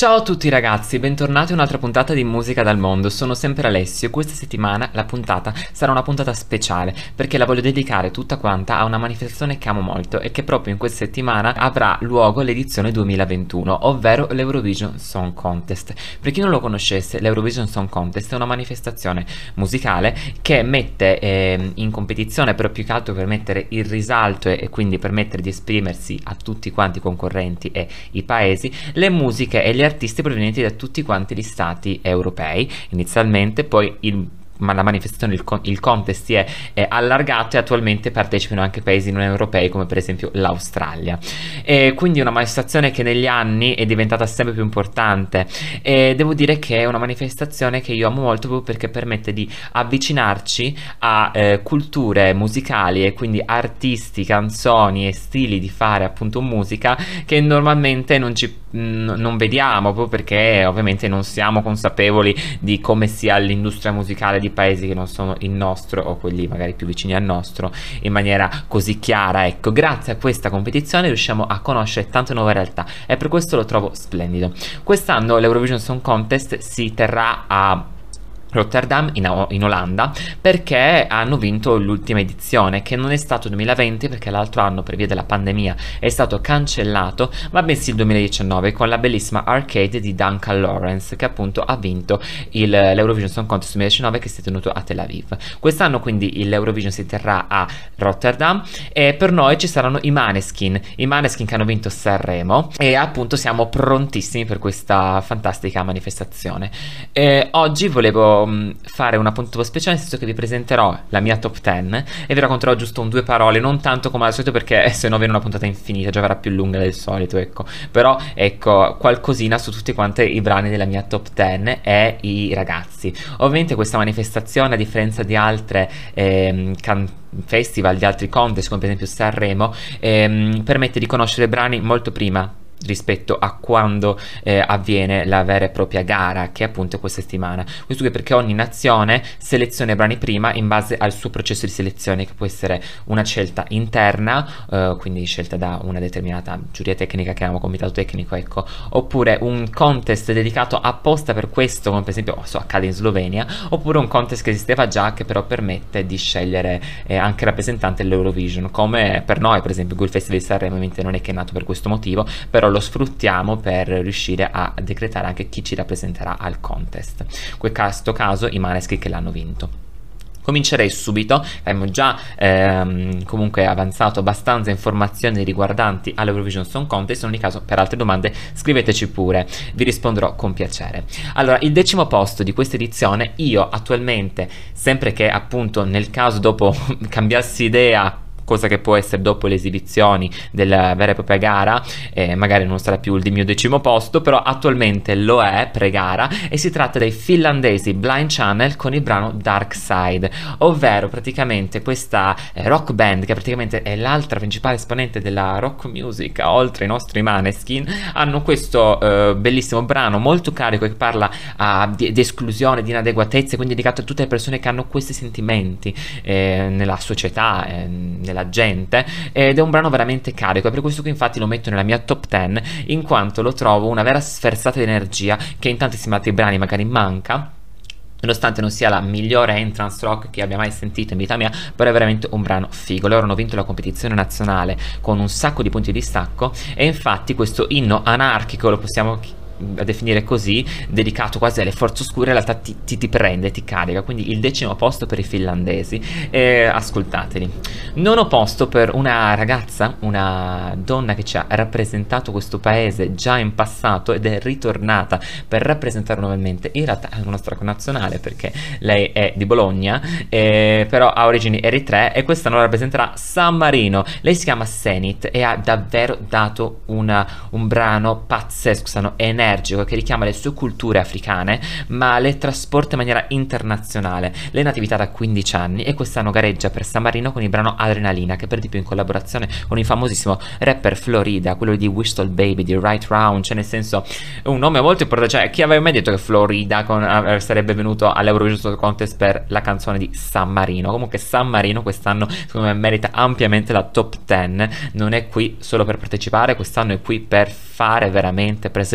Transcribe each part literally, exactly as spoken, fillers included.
Ciao a tutti ragazzi, bentornati a un'altra puntata di Musica dal Mondo. Sono sempre Alessio e questa settimana la puntata sarà una puntata speciale perché la voglio dedicare tutta quanta a una manifestazione che amo molto e che proprio in questa settimana avrà luogo l'edizione duemilaventuno, ovvero l'Eurovision Song Contest. Per chi non lo conoscesse, l'Eurovision Song Contest è una manifestazione musicale che mette eh, in competizione, però più che altro per mettere il risalto e, e quindi permettere di esprimersi a tutti quanti i concorrenti e i paesi, le musiche e gli artisti provenienti da tutti quanti gli stati europei inizialmente, poi il ma la manifestazione, il, con il contest si è, è allargato e attualmente partecipano anche paesi non europei come per esempio l'Australia, e quindi una manifestazione che negli anni è diventata sempre più importante e devo dire che è una manifestazione che io amo molto proprio perché permette di avvicinarci a eh, culture musicali e quindi artisti, canzoni e stili di fare appunto musica che normalmente non ci mh, non vediamo, proprio perché ovviamente non siamo consapevoli di come sia l'industria musicale di paesi che non sono il nostro o quelli magari più vicini al nostro in maniera così chiara. Ecco, grazie a questa competizione riusciamo a conoscere tante nuove realtà e per questo lo trovo splendido. Quest'anno l'Eurovision Song Contest si terrà a Rotterdam in, in Olanda, perché hanno vinto l'ultima edizione, che non è stato duemilaventi perché l'altro anno per via della pandemia è stato cancellato, ma bensì il duemiladiciannove con la bellissima Arcade di Duncan Lawrence, che appunto ha vinto l'Eurovision Song Contest duemiladiciannove, che si è tenuto a Tel Aviv. Quest'anno quindi l'Eurovision si terrà a Rotterdam e per noi ci saranno i Maneskin, i Maneskin che hanno vinto Sanremo, e appunto siamo prontissimi per questa fantastica manifestazione. E oggi volevo fare una puntata speciale, nel senso che vi presenterò la mia top dieci e vi racconterò giusto un due parole, non tanto come al solito perché se no viene una puntata infinita, già verrà più lunga del solito, ecco, però ecco qualcosina su tutti quanti i brani della mia top dieci e i ragazzi. Ovviamente questa manifestazione, a differenza di altre ehm, festival, di altri contest come per esempio Sanremo, ehm, permette di conoscere brani molto prima rispetto a quando eh, avviene la vera e propria gara, che è appunto questa settimana. Questo perché ogni nazione seleziona i brani prima in base al suo processo di selezione, che può essere una scelta interna, eh, quindi scelta da una determinata giuria tecnica, che è un comitato tecnico, ecco, oppure un contest dedicato apposta per questo, come per esempio so, accade in Slovenia, oppure un contest che esisteva già, che però permette di scegliere eh, anche rappresentante dell'Eurovision, come per noi per esempio il Festival di Sanremo ovviamente non è che è nato per questo motivo, però lo sfruttiamo per riuscire a decretare anche chi ci rappresenterà al contest. In questo caso i Maneskin che l'hanno vinto. Comincerei subito, abbiamo già ehm, comunque avanzato abbastanza informazioni riguardanti all'Eurovision Song Contest. In ogni caso, per altre domande scriveteci pure, vi risponderò con piacere. Allora, il decimo posto di questa edizione, io attualmente, sempre che appunto nel caso dopo cambiassi idea, cosa che può essere dopo le esibizioni della vera e propria gara, eh, magari non sarà più il mio decimo posto, però attualmente lo è pre-gara, e si tratta dei finlandesi Blind Channel con il brano Dark Side, ovvero praticamente questa eh, rock band, che praticamente è l'altra principale esponente della rock music oltre i nostri Maneskin. Hanno questo eh, bellissimo brano molto carico che parla uh, di, di esclusione, di inadeguatezza, quindi dedicato a tutte le persone che hanno questi sentimenti eh, nella società, eh, nella gente, ed è un brano veramente carico, e per questo che infatti lo metto nella mia top dieci, in quanto lo trovo una vera sferzata di energia che in tantissimi altri brani magari manca, nonostante non sia la migliore entrance rock che abbia mai sentito in vita mia, però è veramente un brano figo. Loro hanno vinto la competizione nazionale con un sacco di punti di stacco, e infatti questo inno anarchico, lo possiamo a definire così, dedicato quasi alle forze oscure, in realtà ti, ti, ti prende, ti carica. Quindi il decimo posto per i finlandesi, eh, ascoltateli. Nono posto per una ragazza, una donna che ci ha rappresentato questo paese già in passato ed è ritornata per rappresentarlo nuovamente. In realtà è una nostra connazionale perché lei è di Bologna, eh, però ha origini eritree, e quest'anno rappresenterà San Marino. Lei si chiama Senit e ha davvero dato una, un brano pazzesco, energico, che richiama le sue culture africane ma le trasporta in maniera internazionale. Lei è natività da quindici anni e quest'anno gareggia per San Marino con il brano Adrenalina, che per di più in collaborazione con il famosissimo rapper Florida, quello di Whistle Baby, di Right Round, cioè nel senso un nome molto importante. Cioè, chi aveva mai detto che Florida con, eh, sarebbe venuto all'Eurovision Song Contest per la canzone di San Marino? Comunque San Marino quest'anno secondo me merita ampiamente la top dieci, non è qui solo per partecipare, quest'anno è qui per fare veramente, per slayare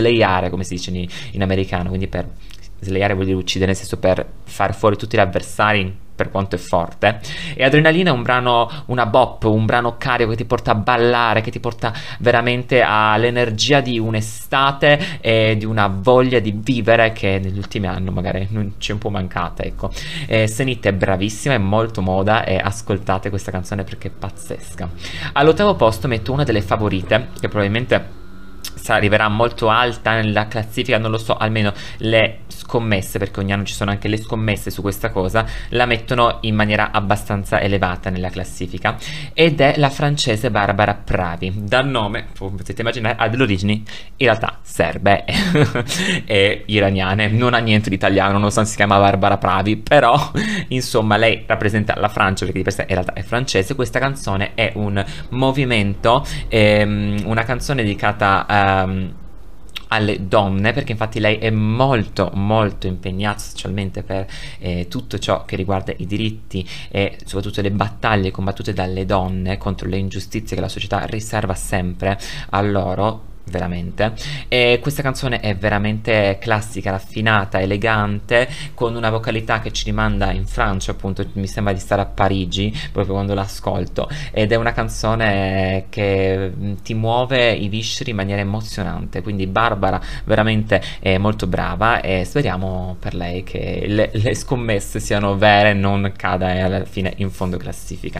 slayare, come si dice in, in americano, quindi per slayare vuol dire uccidere, nel senso per far fuori tutti gli avversari per quanto è forte. E Adrenalina è un brano, una bop, un brano carico che ti porta a ballare, che ti porta veramente all'energia di un'estate e di una voglia di vivere che negli ultimi anni magari non ci è un po' mancata, ecco. E Senit è bravissima, è molto moda e ascoltate questa canzone perché è pazzesca. All'ottavo posto metto una delle favorite che probabilmente arriverà molto alta nella classifica, non lo so, almeno le scommesse, perché ogni anno ci sono anche le scommesse su questa cosa, la mettono in maniera abbastanza elevata nella classifica, ed è la francese Barbara Pravi. Dal nome, potete immaginare, ha delle origini in realtà serbe e iraniane, non ha niente di italiano, non so se si chiama Barbara Pravi, però insomma lei rappresenta la Francia perché di per sé in realtà è francese. Questa canzone è un movimento, ehm, una canzone dedicata a Um, alle donne, perché infatti lei è molto molto impegnata socialmente per eh, tutto ciò che riguarda i diritti e soprattutto le battaglie combattute dalle donne contro le ingiustizie che la società riserva sempre a loro, veramente. E questa canzone è veramente classica, raffinata, elegante, con una vocalità che ci rimanda in Francia, appunto mi sembra di stare a Parigi proprio quando l'ascolto, ed è una canzone che ti muove i visceri in maniera emozionante, quindi Barbara veramente è molto brava e speriamo per lei che le, le scommesse siano vere e non cada alla fine in fondo classifica.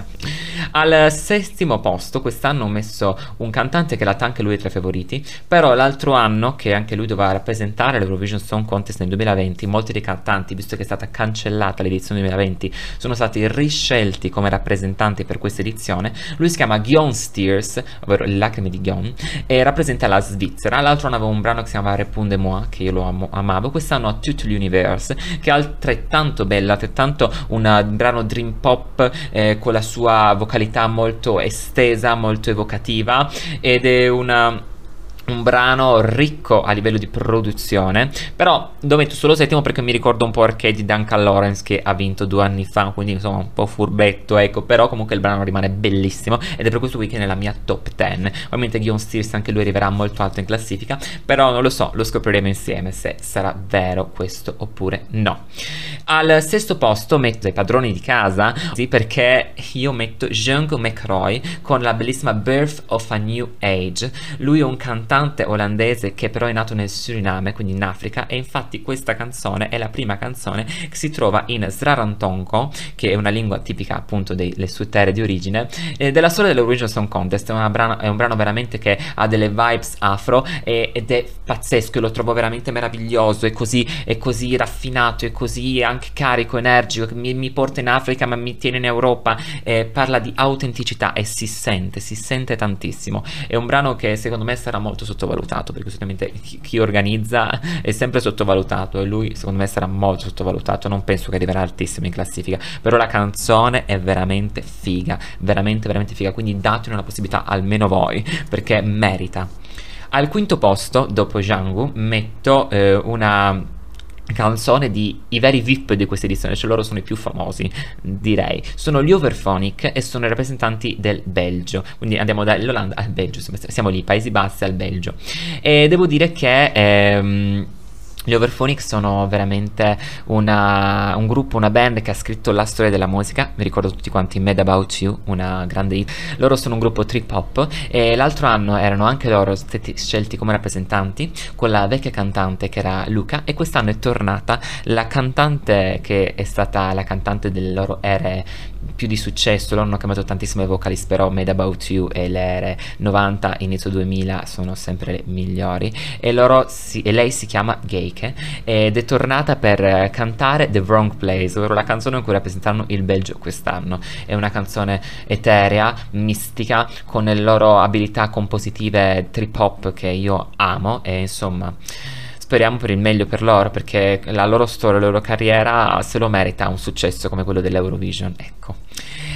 Al settimo posto quest'anno ho messo un cantante che in realtà anche lui è tra i favoriti, però l'altro anno, che anche lui doveva rappresentare l'Eurovision Song Contest nel duemilaventi, molti dei cantanti, visto che è stata cancellata l'edizione duemilaventi, sono stati riscelti come rappresentanti per questa edizione. Lui si chiama Gyon Steers, ovvero le lacrime di Gyon, e rappresenta la Svizzera. L'altro anno aveva un brano che si chiama Répond de moi, che io lo amo, amavo. Quest'anno ha Tout l'Universe, che è altrettanto bella, altrettanto un brano dream pop eh, con la sua vocalità molto estesa, molto evocativa, ed è una un brano ricco a livello di produzione, però lo metto solo settimo perché mi ricordo un po' Arcade di Duncan Lawrence, che ha vinto due anni fa, quindi insomma un po' furbetto, ecco, però comunque il brano rimane bellissimo ed è per questo qui che è nella mia top dieci. Ovviamente Gyon Steers anche lui arriverà molto alto in classifica, però non lo so, lo scopriremo insieme se sarà vero questo oppure no. Al sesto posto metto i padroni di casa, sì, perché io metto Jung McRoy con la bellissima Birth of a New Age. Lui è un cantante olandese che però è nato nel Suriname, quindi in Africa, e infatti questa canzone è la prima canzone che si trova in Srarantonco, che è una lingua tipica appunto delle sue terre di origine, e della storia dell'Eurovision Song Contest. È, una brano, è un brano veramente che ha delle vibes afro e, ed è pazzesco, lo trovo veramente meraviglioso, è così, è così raffinato, è così anche carico, energico, che mi, mi porta in Africa ma mi tiene in Europa, eh, parla di autenticità e si sente, si sente tantissimo. È un brano che secondo me sarà molto sottovalutato, perché solitamente chi, chi organizza è sempre sottovalutato e lui secondo me sarà molto sottovalutato, non penso che arriverà altissimo in classifica, però la canzone è veramente figa, veramente veramente figa, quindi datene una possibilità almeno voi, perché merita. Al quinto posto, dopo Django, metto eh, una canzone di i veri V I P di questa edizione, cioè loro sono i più famosi, direi, sono gli Overphonic e sono i rappresentanti del Belgio, quindi andiamo dall'Olanda al Belgio, siamo lì, Paesi Bassi al Belgio, e devo dire che ehm, gli Overphonic sono veramente una, un gruppo, una band che ha scritto la storia della musica. Vi ricordo tutti quanti Mad About You, una grande hit. Loro sono un gruppo trip hop e l'altro anno erano anche loro stati scelti come rappresentanti con la vecchia cantante che era Luca, e quest'anno è tornata la cantante che è stata la cantante delle loro ere più di successo. Loro hanno cambiato tantissime vocalist, però Mad About You e le ere novanta, inizio duemila sono sempre le migliori, e, loro si, e lei si chiama Geike ed è tornata per cantare The Wrong Place, ovvero la canzone in cui rappresentano il Belgio quest'anno. È una canzone eterea, mistica, con le loro abilità compositive trip hop che io amo, e insomma speriamo per il meglio per loro, perché la loro storia, la loro carriera se lo merita un successo come quello dell'Eurovision, ecco.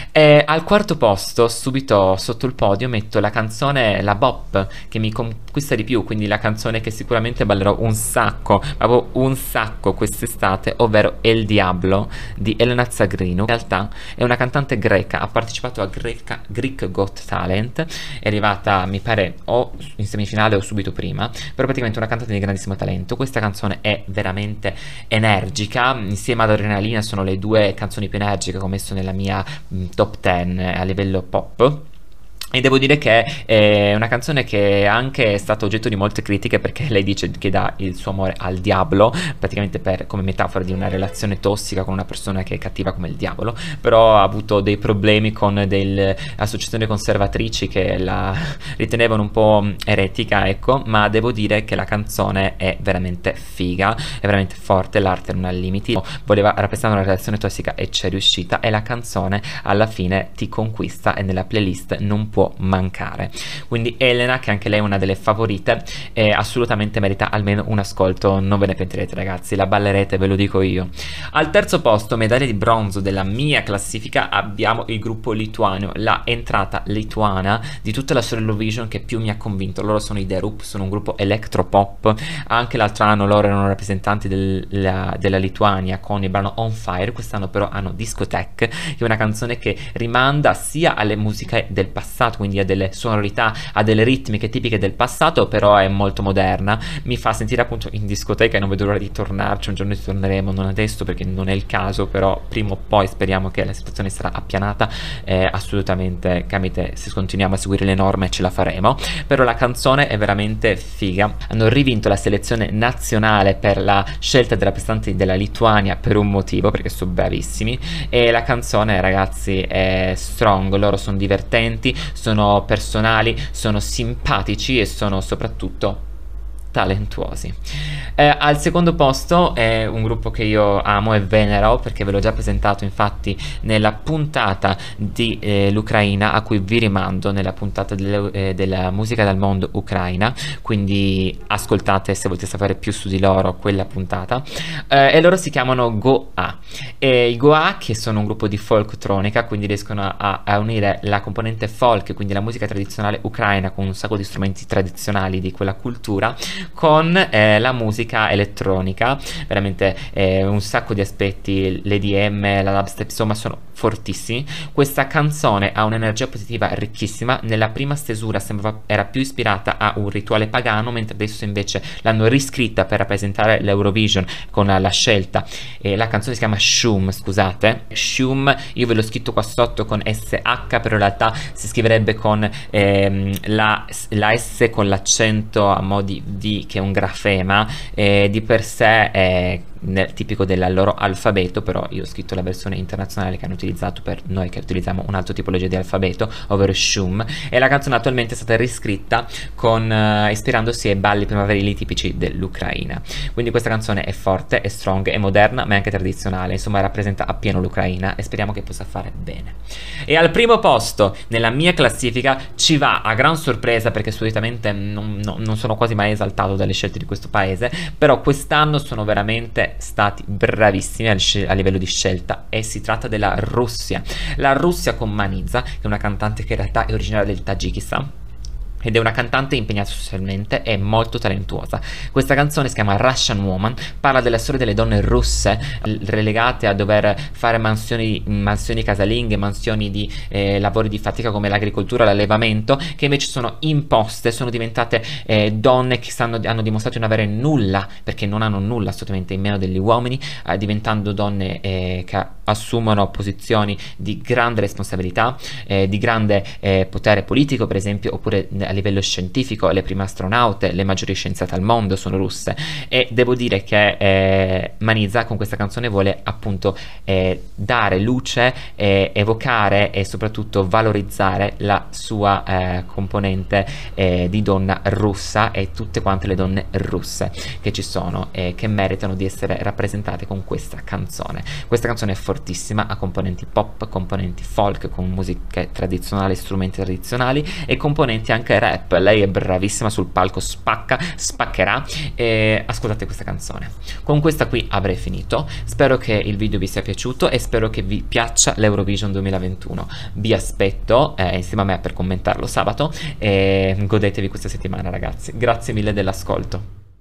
E al quarto posto, subito sotto il podio, metto la canzone La Bop, che mi conquista di più, quindi la canzone che sicuramente ballerò un sacco, proprio un sacco quest'estate, ovvero El Diablo di Elena Zagrinu. In realtà è una cantante greca, ha partecipato a Greca, Greek Got Talent, è arrivata, mi pare, o in semifinale o subito prima, però praticamente una cantante di grandissimo talento. Questa canzone è veramente energica, insieme ad Adrenalina sono le due canzoni più energiche che ho messo nella mia mh, top dieci a livello pop. E devo dire che è una canzone che è anche stata oggetto di molte critiche, perché lei dice che dà il suo amore al diavolo, praticamente per, come metafora di una relazione tossica con una persona che è cattiva come il diavolo, però ha avuto dei problemi con delle associazioni conservatrici che la ritenevano un po' eretica, ecco, ma devo dire che la canzone è veramente figa, è veramente forte, l'arte non ha limiti, voleva rappresentare una relazione tossica e c'è riuscita, e la canzone alla fine ti conquista e nella playlist non può mancare. Quindi Elena, che anche lei è una delle favorite, eh, assolutamente merita almeno un ascolto, non ve ne pentirete ragazzi, la ballerete, ve lo dico io. Al terzo posto, medaglia di bronzo della mia classifica, abbiamo il gruppo lituano, la entrata lituana di tutta la storia Eurovision che più mi ha convinto. Loro sono i The Rup, sono un gruppo electropop, anche l'altro anno loro erano rappresentanti del, la, della Lituania con il brano On Fire, quest'anno però hanno Discotheque, che è una canzone che rimanda sia alle musiche del passato, quindi a delle sonorità, a delle ritmiche tipiche del passato, però è molto moderna, mi fa sentire appunto in discoteca e non vedo l'ora di tornarci. Un giorno ci torneremo, non adesso perché non è il caso, però prima o poi speriamo che la situazione sarà appianata, eh, assolutamente capite, se continuiamo a seguire le norme ce la faremo. Però la canzone è veramente figa, hanno rivinto la selezione nazionale per la scelta dei rappresentanti della Lituania per un motivo, perché sono bravissimi, e la canzone ragazzi è strong, loro sono divertenti, sono personali, sono simpatici e sono soprattutto talentuosi. Eh, al secondo posto è un gruppo che io amo e venero, perché ve l'ho già presentato infatti nella puntata di eh, l'Ucraina, a cui vi rimando, nella puntata delle, eh, della musica dal mondo ucraina, quindi ascoltate se volete sapere più su di loro quella puntata. Eh, e loro si chiamano Goa, e i Goa, che sono un gruppo di folktronica, quindi riescono a, a unire la componente folk, quindi la musica tradizionale ucraina con un sacco di strumenti tradizionali di quella cultura, con eh, la musica elettronica, veramente eh, un sacco di aspetti, l'E D M, la dubstep, insomma sono fortissimi. Questa canzone ha un'energia positiva ricchissima, nella prima stesura sembrava era più ispirata a un rituale pagano, mentre adesso invece l'hanno riscritta per rappresentare l'Eurovision con la, la scelta, e la canzone si chiama Shum, scusate, Shum, io ve l'ho scritto qua sotto con S H, però in realtà si scriverebbe con ehm, la, la S con l'accento a mo' di D, che è un grafema, eh, di per sé è nel, tipico del loro alfabeto, però io ho scritto la versione internazionale che hanno utilizzato per noi che utilizziamo un'altra tipologia di alfabeto, ovvero Shum, e la canzone attualmente è stata riscritta con, uh, ispirandosi ai balli primaverili tipici dell'Ucraina. Quindi questa canzone è forte, è strong, è moderna, ma è anche tradizionale, insomma rappresenta appieno l'Ucraina e speriamo che possa fare bene. E al primo posto nella mia classifica ci va, a gran sorpresa, perché solitamente non, non, non sono quasi mai esaltato dalle scelte di questo paese, però quest'anno sono veramente stati bravissimi a, a livello di scelta, e si tratta della Russia. La Russia con Maniza, che è una cantante che in realtà è originaria del Tagikistan ed è una cantante impegnata socialmente e molto talentuosa. Questa canzone si chiama Russian Woman, parla della storia delle donne russe relegate a dover fare mansioni, mansioni casalinghe, mansioni di eh, lavori di fatica come l'agricoltura, l'allevamento, che invece sono imposte, sono diventate eh, donne che stanno, hanno dimostrato di non avere nulla, perché non hanno nulla assolutamente in meno degli uomini, eh, diventando donne eh, che assumono posizioni di grande responsabilità, eh, di grande eh, potere politico, per esempio, oppure a livello scientifico. Le prime astronaute, le maggiori scienziate al mondo sono russe, e devo dire che eh, Maniza con questa canzone vuole appunto eh, dare luce, eh, evocare e soprattutto valorizzare la sua eh, componente eh, di donna russa, e tutte quante le donne russe che ci sono e che meritano di essere rappresentate con questa canzone. Questa canzone è fortissima, fortissima, ha componenti pop, componenti folk con musiche tradizionali, strumenti tradizionali e componenti anche rap. Lei è bravissima sul palco, spacca, spaccherà, e ascoltate questa canzone. Con questa qui avrei finito, spero che il video vi sia piaciuto e spero che vi piaccia l'Eurovision duemilaventuno. Vi aspetto eh, insieme a me per commentarlo sabato e godetevi questa settimana, ragazzi. Grazie mille dell'ascolto.